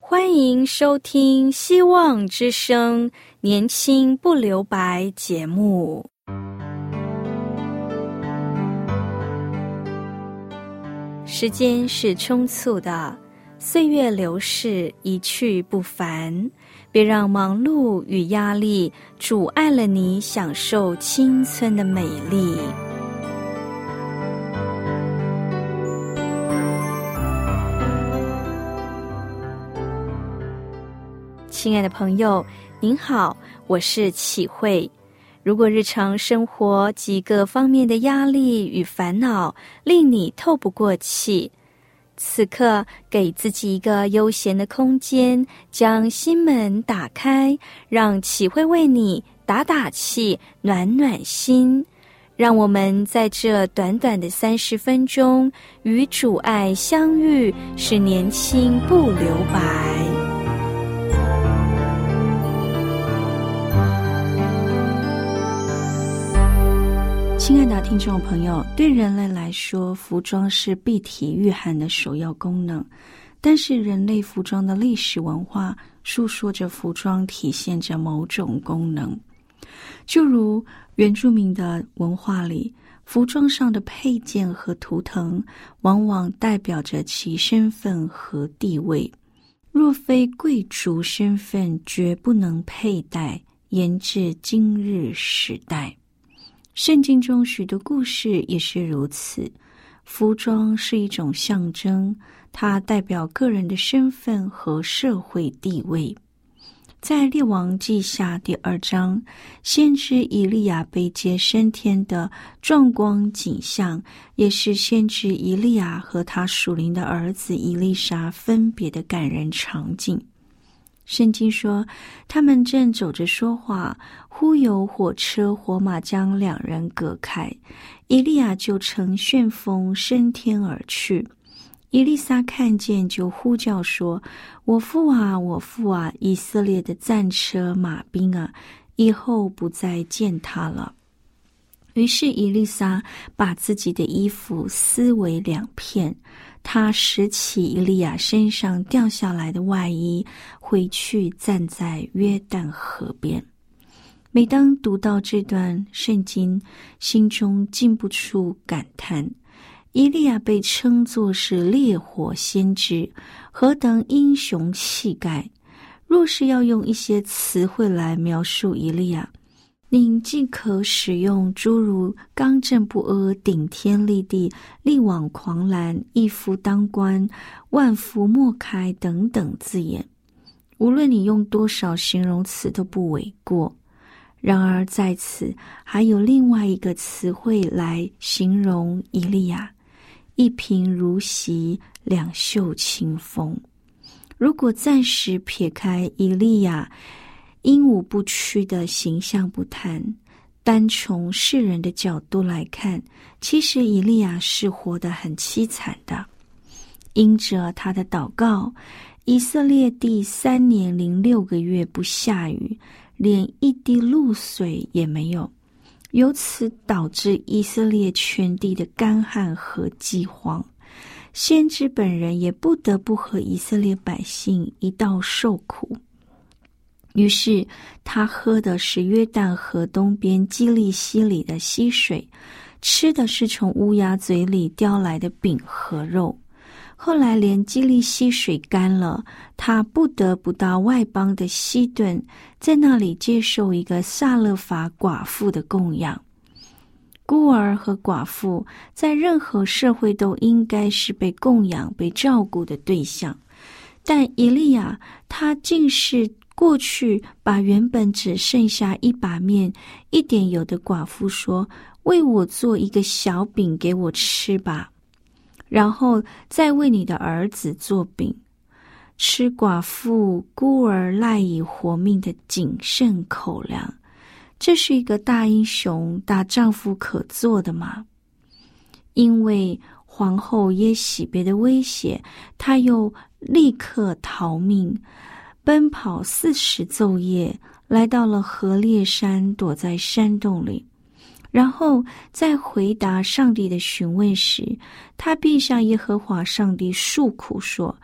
欢迎收听希望之声年轻不留白节目。时间是匆促的，岁月流逝，一去不返。别让忙碌与压力阻碍了你享受青春的美丽。亲爱的朋友，您好，我是启慧。如果日常生活几个方面的压力与烦恼令你透不过气，此刻给自己一个悠闲的空间，将心门打开，让启慧为你打打气，暖暖心。让我们在这短短的30分钟与主爱相遇，使年轻不留白。亲爱的听众朋友，对人类来说，服装是蔽体御寒的首要功能。但是人类服装的历史文化述说着服装体现着某种功能。就如原住民的文化里，服装上的配件和图腾往往代表着其身份和地位。若非贵族身份，绝不能佩戴，延至今日时代。圣经中许多故事也是如此，服装是一种象征，它代表个人的身份和社会地位。在列王记下第2章，先知以利亚被接升天的壮观景象，也是先知以利亚和他属灵的儿子以利沙分别的感人场景。圣经说，他们正走着说话，忽有火车火马将2人隔开，以利亚就乘旋风升天而去。以利沙看见，就呼叫说，我父啊，我父啊，以色列的战车马兵啊，以后不再见他了。于是以利沙把自己的衣服撕为2片，他拾起以利亚身上掉下来的外衣，回去站在约旦河边。每当读到这段圣经，心中禁不住感叹，以利亚被称作是烈火先知，何等英雄气概！若是要用一些词汇来描述以利亚，您既可使用诸如刚正不阿、顶天立地、力挽狂澜、一夫当关、万夫莫开等等字眼，无论你用多少形容词都不为过。然而在此还有另外一个词汇来形容以利亚，一颦如洗，两袖清风。如果暂时撇开以利亚英武不屈的形象不谈，单从世人的角度来看，其实以利亚是活得很凄惨的。因着他的祷告，以色列第3年零6个月不下雨，连一滴露水也没有，由此导致以色列全地的干旱和饥荒。先知本人也不得不和以色列百姓一道受苦。于是他喝的是约旦河东边基利溪里的溪水，吃的是从乌鸦嘴里叼来的饼和肉。后来连基利溪水干了，他不得不到外邦的西顿，在那里接受一个撒勒法寡妇的供养。孤儿和寡妇在任何社会都应该是被供养、被照顾的对象，但以利亚他竟是过去把原本只剩下一把面、一点油的寡妇说，为我做一个小饼给我吃吧，然后再为你的儿子做饼。吃寡妇孤儿赖以活命的谨慎口粮，这是一个大英雄大丈夫可做的吗？因为皇后耶喜别的威胁，他又立刻逃命，奔跑40昼夜，来到了何烈山，躲在山洞里。然后在回答上帝的询问时，他必向耶和华上帝诉苦说，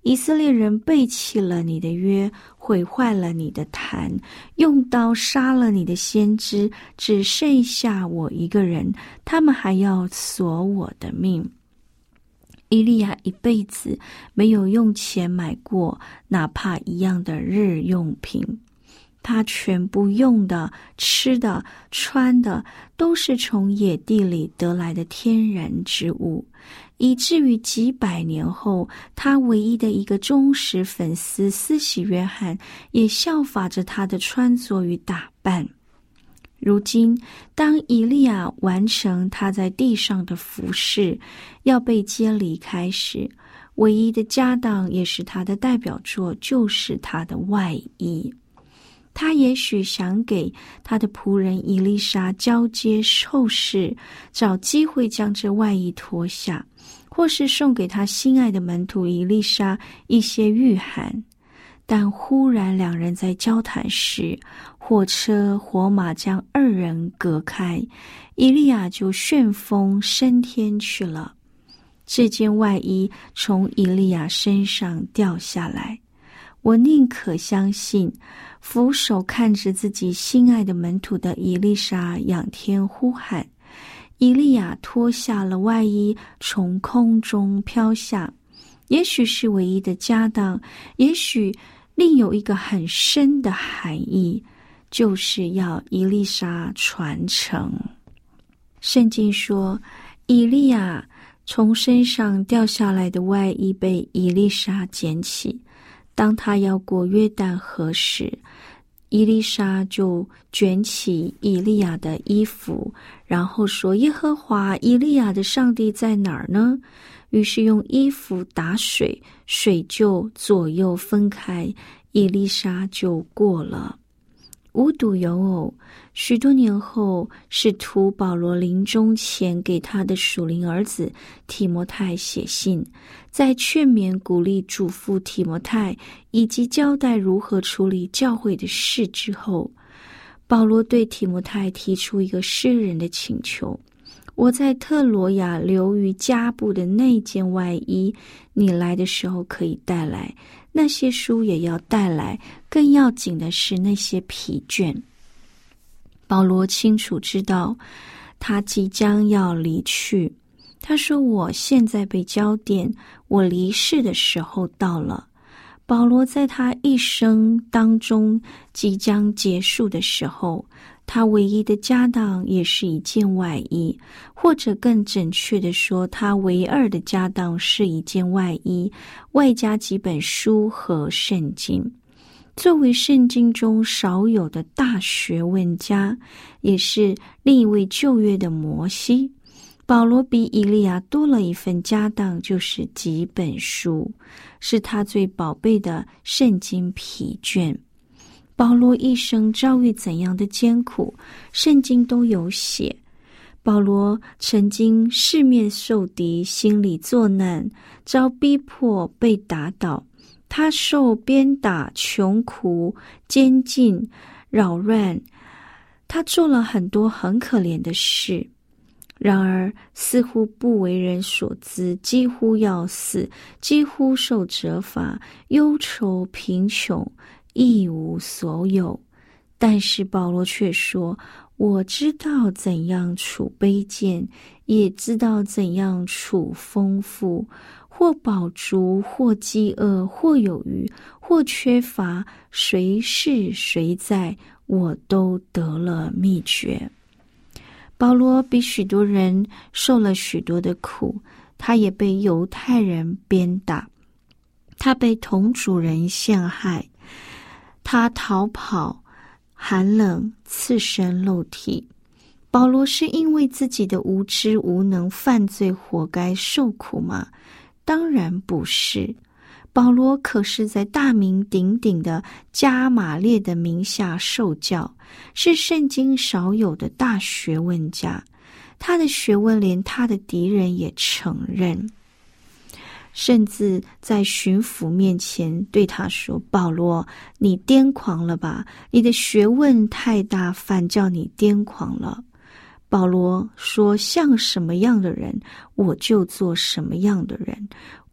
以色列人背弃了你的约，毁坏了你的坛，用刀杀了你的先知，只剩下我一个人，他们还要索我的命。以利亚一辈子没有用钱买过哪怕一样的日用品，他全部用的、吃的、穿的都是从野地里得来的天然之物，以至于几百年后，他唯一的一个忠实粉丝施洗约翰也效法着他的穿着与打扮。如今当以利亚完成他在地上的服事，要被接离开时，唯一的家当也是他的代表作，就是他的外衣。他也许想给他的仆人以利沙交接后事，找机会将这外衣脱下，或是送给他心爱的门徒以利沙一些御寒。但忽然两人在交谈时，火车火马将二人隔开，以利亚就旋风升天去了。这件外衣从以利亚身上掉下来，我宁可相信俯首看着自己心爱的门徒的以利沙仰天呼喊，以利亚脱下了外衣从空中飘下，也许是唯一的家当，也许另有一个很深的含义，就是要以利沙传承。圣经说，以利亚从身上掉下来的外衣被以利沙捡起，当他要过约旦河时，以利沙就卷起以利亚的衣服，然后说，耶和华以利亚的上帝在哪儿呢？于是用衣服打水，水就左右分开，以利沙就过了。无独有偶，许多年后，使徒保罗临终前给他的属灵儿子提摩太写信，在劝勉、鼓励、嘱咐提摩太以及交代如何处理教会的事之后，保罗对提摩太提出一个诗人的请求，我在特罗亚留于加布的那件外衣，你来的时候可以带来，那些书也要带来，更要紧的是那些皮卷。保罗清楚知道他即将要离去，他说，我现在被交奠，我离世的时候到了。保罗在他一生当中即将结束的时候，他唯一的家当也是一件外衣，或者更准确的说，他唯二的家当是一件外衣，外加几本书和圣经。作为圣经中少有的大学问家，也是另一位旧约的摩西，保罗比以利亚多了一份家当，就是几本书，是他最宝贝的圣经皮卷。保罗一生遭遇怎样的艰苦，圣经都有写。保罗曾经四面受敌，心里作难，遭逼迫，被打倒。他受鞭打、穷苦、监禁、扰乱，他做了很多很可怜的事。然而似乎不为人所知，几乎要死，几乎受责罚，忧愁、贫穷，一无所有。但是保罗却说，我知道怎样处卑贱，也知道怎样处丰富，或饱足，或饥饿，或有余，或缺乏，谁是谁在，我都得了秘诀。保罗比许多人受了许多的苦，他也被犹太人鞭打，他被同族人陷害，他逃跑，寒冷刺身肉体。保罗是因为自己的无知无能犯罪活该受苦吗？当然不是。保罗可是在大名鼎鼎的加玛列的名下受教，是圣经少有的大学问家，他的学问连他的敌人也承认，甚至在巡抚面前对他说，保罗，你癫狂了吧？你的学问太大，反叫你癫狂了。保罗说，像什么样的人，我就做什么样的人。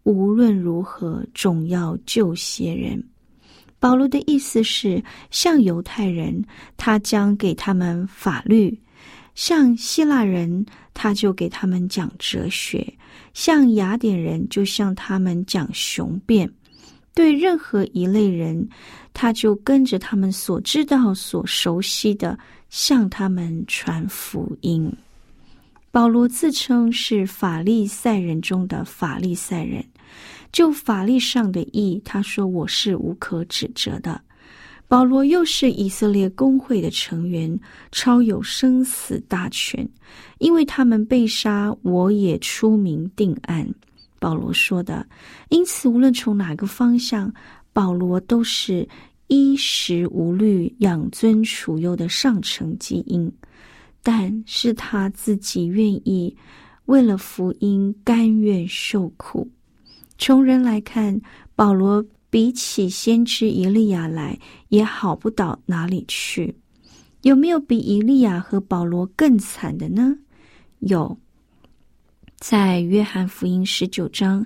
无论如何总要救些人。保罗的意思是，像犹太人，他将给他们法律；像希腊人，他就给他们讲哲学；像雅典人，就向他们讲雄辩。对任何一类人，他就跟着他们所知道、所熟悉的，向他们传福音。保罗自称是法利赛人中的法利赛人，就法律上的义，他说我是无可指责的。保罗又是以色列公会的成员，超有生死大权，因为他们被杀，我也出名定案。保罗说的，因此无论从哪个方向，保罗都是衣食无虑、养尊处优的上乘基因，但是他自己愿意为了福音甘愿受苦。从人来看，保罗比起先知以利亚来也好不到哪里去。有没有比以利亚和保罗更惨的呢？有，在约翰福音19章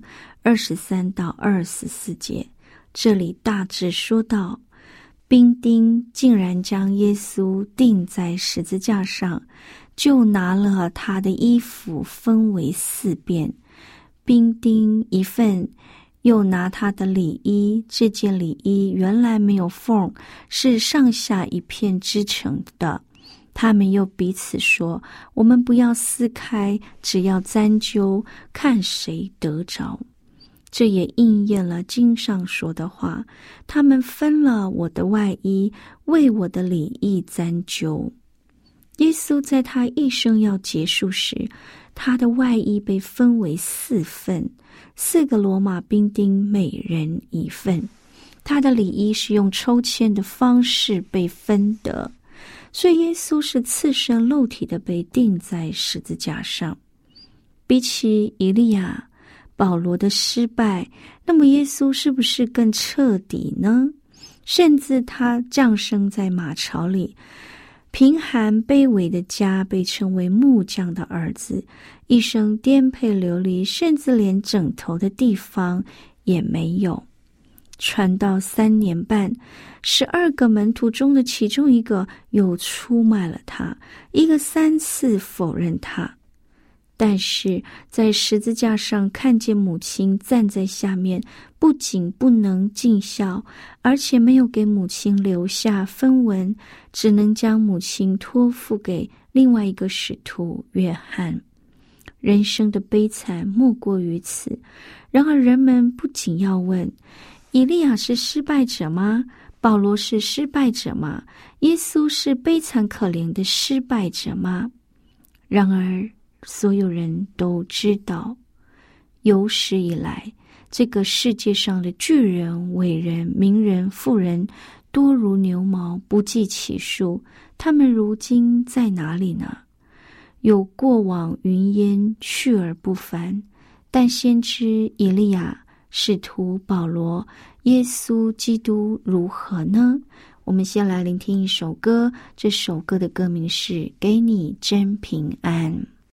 23到24节，这里大致说到，兵丁竟然将耶稣钉在十字架上，就拿了他的衣服分为4边，兵丁一份，又拿他的里衣，这件里衣原来没有缝，是上下一片织成的。他们又彼此说，我们不要撕开，只要沾揪，看谁得着。这也应验了经上说的话，他们分了我的外衣，为我的里衣沾揪。耶稣在他一生要结束时，他的外衣被分为4份，4个罗马兵丁每人一份。他的里衣是用抽签的方式被分得，所以耶稣是赤身露体的被钉在十字架上。比起以利亚、保罗的失败，那么耶稣是不是更彻底呢？甚至他降生在马槽里，贫寒卑微的家，被称为木匠的儿子，一生颠沛流离，甚至连枕头的地方也没有。传道3年半，12个门徒中的其中一个又出卖了他，一个3次否认他。但是在十字架上看见母亲站在下面，不仅不能尽孝，而且没有给母亲留下分文，只能将母亲托付给另外一个使徒约翰。人生的悲惨莫过于此。然而人们不仅要问，以利亚是失败者吗？保罗是失败者吗？耶稣是悲惨可怜的失败者吗？然而所有人都知道，有史以来，这个世界上的巨人、伟人、名人、富人多如牛毛，不计其数。他们如今在哪里呢？有过往云烟，去而不返。但先知以利亚、使徒保罗、耶稣基督如何呢？我们先来聆听一首歌，这首歌的歌名是《给你真平安》。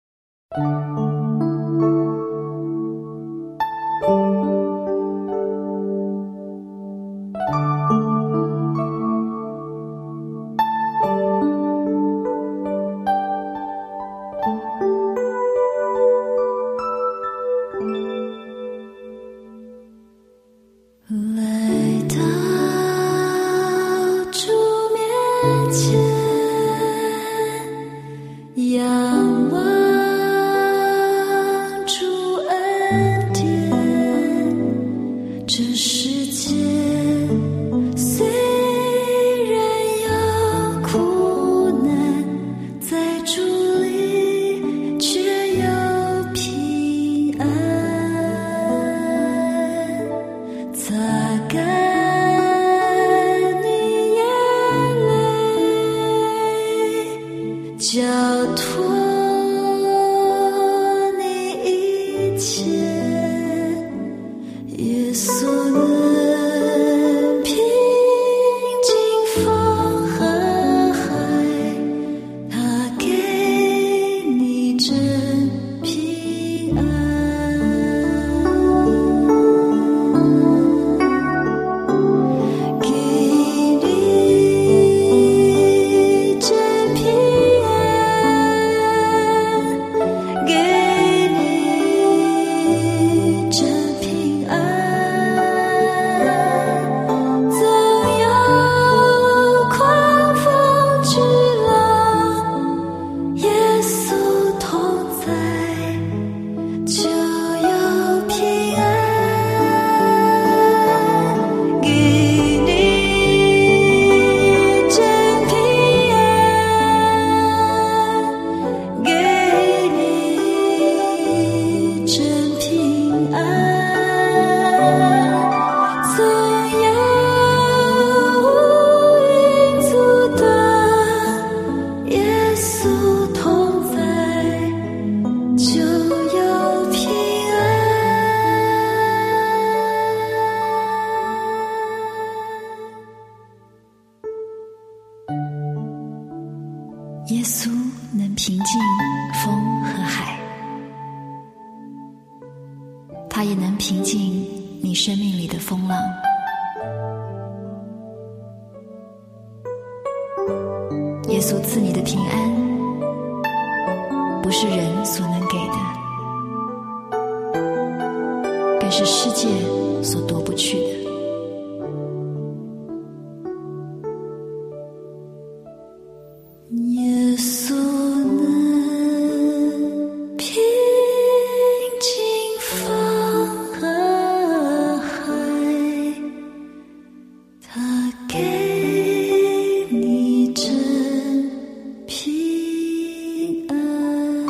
来到主面前，仰望耶稣能平静风和海，他也能平静你生命里的风浪。耶稣赐你的平安，不是人所能给的，更是世界所夺不去的。耶稣能平静风和海，他给你真平安。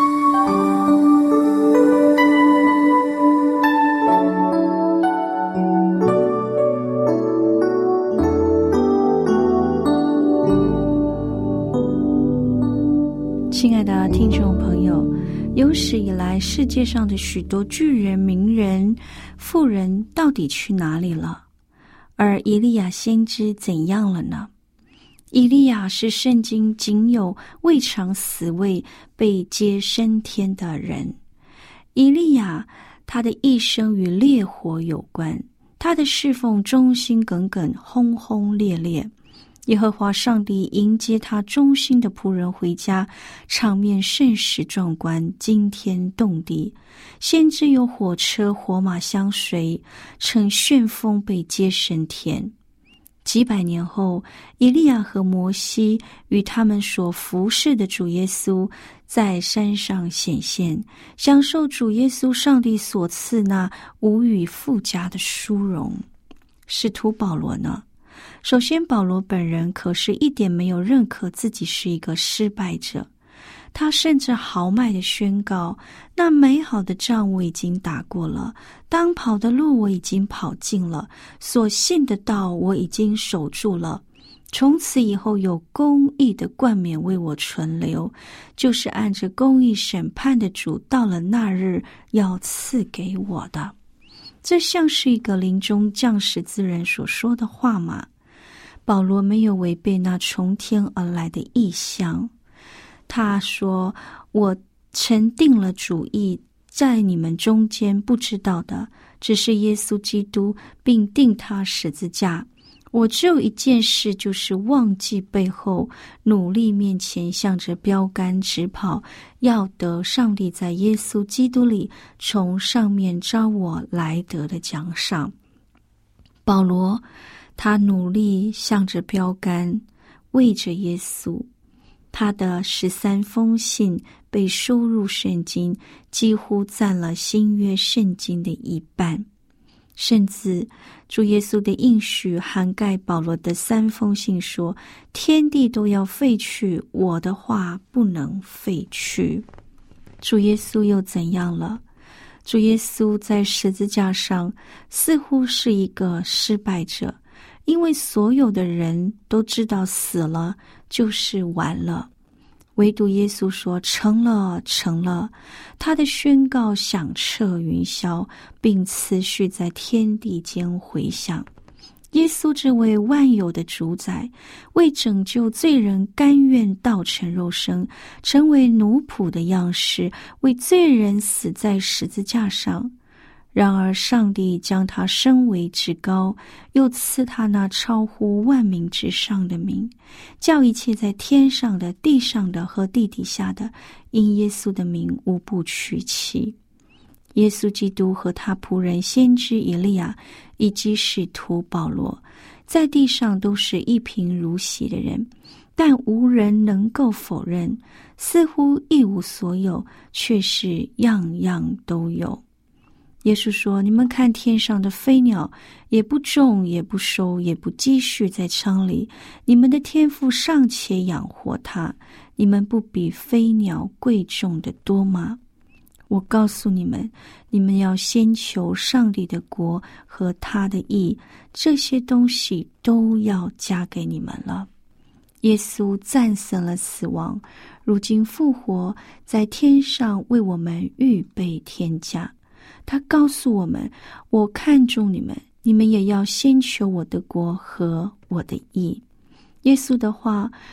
亲爱的听众朋友，有史以来世界上的许多巨人、名人、富人到底去哪里了？而以利亚先知怎样了呢？以利亚是圣经仅有未尝死位被接升天的人。以利亚他的一生与烈火有关，他的侍奉忠心耿耿，轰轰烈烈。耶和华上帝迎接他忠心的仆人回家，场面甚是壮观，惊天动地。先知有火车火马相随，乘旋风被接升天。几百年后，以利亚和摩西与他们所服侍的主耶稣在山上显现，享受主耶稣上帝所赐那无与复加的殊荣。使徒保罗呢？首先，保罗本人可是一点没有认可自己是一个失败者，他甚至豪迈地宣告，那美好的仗我已经打过了，当跑的路我已经跑尽了，所信的道我已经守住了，从此以后有公义的冠冕为我存留，就是按着公义审判的主到了那日要赐给我的。这像是一个临终降世之人所说的话吗？保罗没有违背那从天而来的意象。他说，我曾定了主意，在你们中间不知道的只是耶稣基督，并定他十字架。我只有一件事，就是忘记背后，努力面前，向着标杆直跑，要得上帝在耶稣基督里从上面招我来得的奖赏。保罗他努力向着标杆，为着耶稣。他的13封信被收入圣经，几乎占了新约圣经的一半。甚至主耶稣的应许涵盖保罗的3封信，说天地都要废去，我的话不能废去。主耶稣又怎样了？主耶稣在十字架上似乎是一个失败者，因为所有的人都知道死了就是完了，唯独耶稣说成了，成了。他的宣告响彻云霄，并持续在天地间回响。耶稣这位万有的主宰，为拯救罪人甘愿道成肉身，成为奴仆的样式，为罪人死在十字架上。然而上帝将他升为至高，又赐他那超乎万民之上的名，叫一切在天上的、地上的和地底下的，因耶稣的名无不屈膝。耶稣基督和他仆人先知以利亚以及使徒保罗，在地上都是一贫如洗的人，但无人能够否认，似乎一无所有，却是样样都有。耶稣说，你们看天上的飞鸟，也不种也不收也不积蓄在仓里，你们的天父尚且养活它，你们不比飞鸟贵重的多吗？我告诉你们，你们要先求上帝的国和他的义，这些东西都要加给你们了。耶稣战胜了死亡，如今复活，在天上为我们预备天家。他告诉我们，我看重你们，你们也要先求我的国和我的义。耶稣的话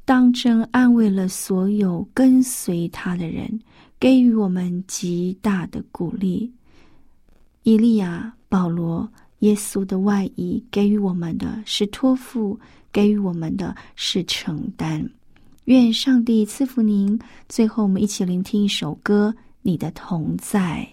当真安慰了所有跟随他的人，给予我们极大的鼓励。以利亚、保罗、耶稣的外衣给予我们的是托付，给予我们的是承担。愿上帝赐福您。最后我们一起聆听一首歌，你的同在。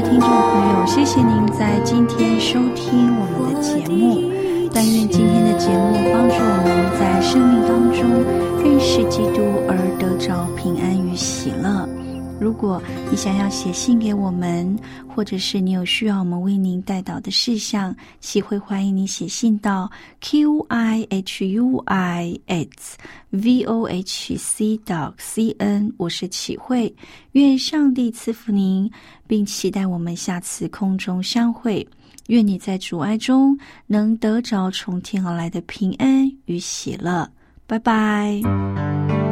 听众朋友，谢谢您在今天收听我们的节目。但愿今天的节目帮助我们在生命当中认识基督，而得着平安与喜乐。如果你想要写信给我们，或者是你有需要我们为您代祷的事项，启慧欢迎你写信到 qihui@vohc.cn。 我是启慧，愿上帝赐福您，并期待我们下次空中相会。愿你在主爱中能得着从天而来的平安与喜乐。拜拜。